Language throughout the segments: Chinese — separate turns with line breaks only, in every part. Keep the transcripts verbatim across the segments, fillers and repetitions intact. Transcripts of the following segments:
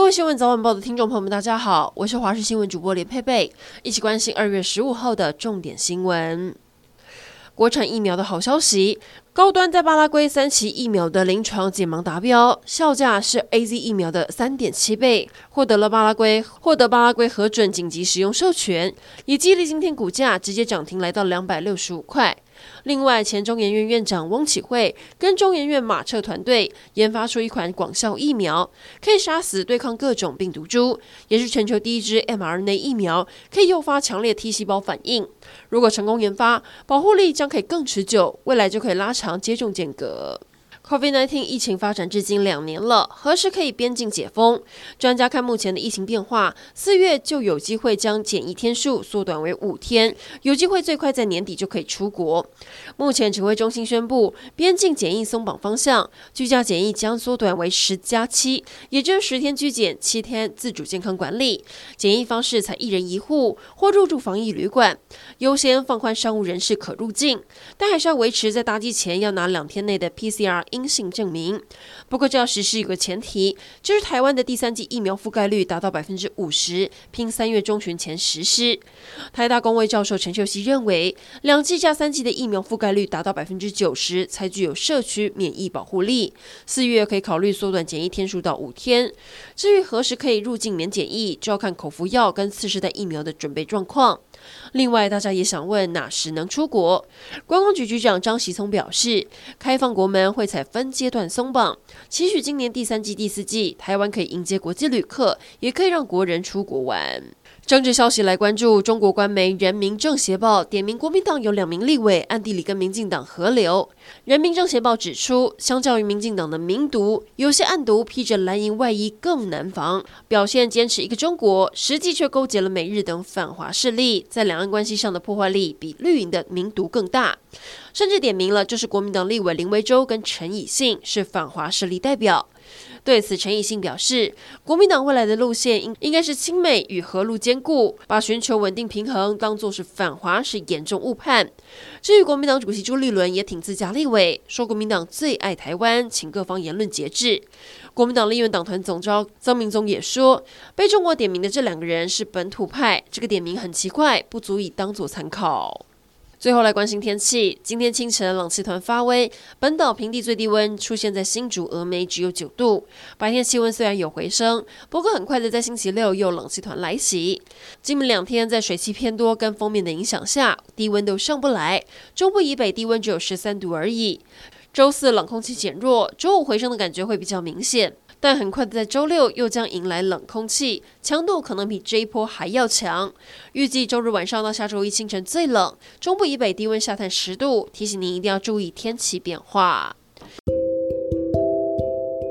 位新闻早晚报的听众朋友们，大家好，我是华视新闻主播连佩佩，一起关心二月十五号的重点新闻。国产疫苗的好消息，高端在巴拉圭三期疫苗的临床解盲达标，效价是 A Z 疫苗的 三点七 倍，获得了巴拉圭获得巴拉圭核准紧急使用授权，也激励今天股价直接涨停来到两百六十五块。另外，前中研院院长翁启惠跟中研院马彻团队研发出一款广效疫苗，可以杀死对抗各种病毒株，也是全球第一支 M R N A 疫苗，可以诱发强烈 T 细胞反应。如果成功研发，保护力将可以更持久，未来就可以拉长接种间隔。COVID 十九 疫情发展至今两年了，何时可以边境解封？专家看目前的疫情变化，四月就有机会将检疫天数缩短为五天，有机会最快在年底就可以出国。目前指挥中心宣布，边境检疫松绑方向，居家检疫将缩短为十加七，也就是十天居检，七天自主健康管理。检疫方式采一人一户或入住防疫旅馆，优先放宽商务人士可入境，但还是要维持在搭机前要拿两天内的 P C R。阴性证明。不过这要实施有个前提，就是台湾的第三剂疫苗覆盖率达到百分之五十，拼三月中旬前实施。台大公卫教授陈秀熙认为，两剂加三剂的疫苗覆盖率达到百分之九十，才具有社区免疫保护力。四月可以考虑缩短检疫天数到五天。至于何时可以入境免检疫，就要看口服药跟次世代疫苗的准备状况。另外，大家也想问哪时能出国？观光局局长张习聪表示，开放国门会采分阶段松绑，期许今年第三季、第四季，台湾可以迎接国际旅客，也可以让国人出国玩。政治消息来关注，中国官媒人民政协报点名国民党有两名立委暗地里跟民进党合流。人民政协报指出，相较于民进党的民独，有些暗独披着蓝营外衣更难防，表现坚持一个中国，实际却勾结了美日等反华势力，在两岸关系上的破坏力比绿营的民独更大。甚至点名了，就是国民党立委林维洲跟陈以信是反华势力代表。对此，陈以信表示，国民党未来的路线应应该是亲美与和陆兼顾，把寻求稳定平衡当作是反华是严重误判。至于国民党主席朱立伦也挺自家立委，说国民党最爱台湾，请各方言论节制。国民党立院党团总召曾明宗也说，被中国点名的这两个人是本土派，这个点名很奇怪，不足以当作参考。最后来关心天气，今天清晨冷气团发威，本岛平地最低温出现在新竹峨眉只有九度。白天气温虽然有回升，不过很快的在星期六又冷气团来袭。今明两天在水汽偏多跟锋面的影响下，低温都上不来，中部以北低温只有十三度而已。周四冷空气减弱，周五回升的感觉会比较明显。但很快的在周六又将迎来冷空气，强度可能比这一波还要强。预计周日晚上到下周一清晨最冷，中部以北低温下探十度，提醒您一定要注意天气变化。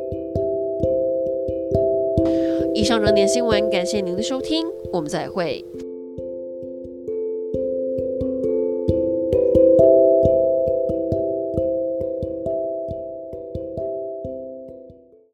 以上热点新闻，感谢您的收听，我们再会。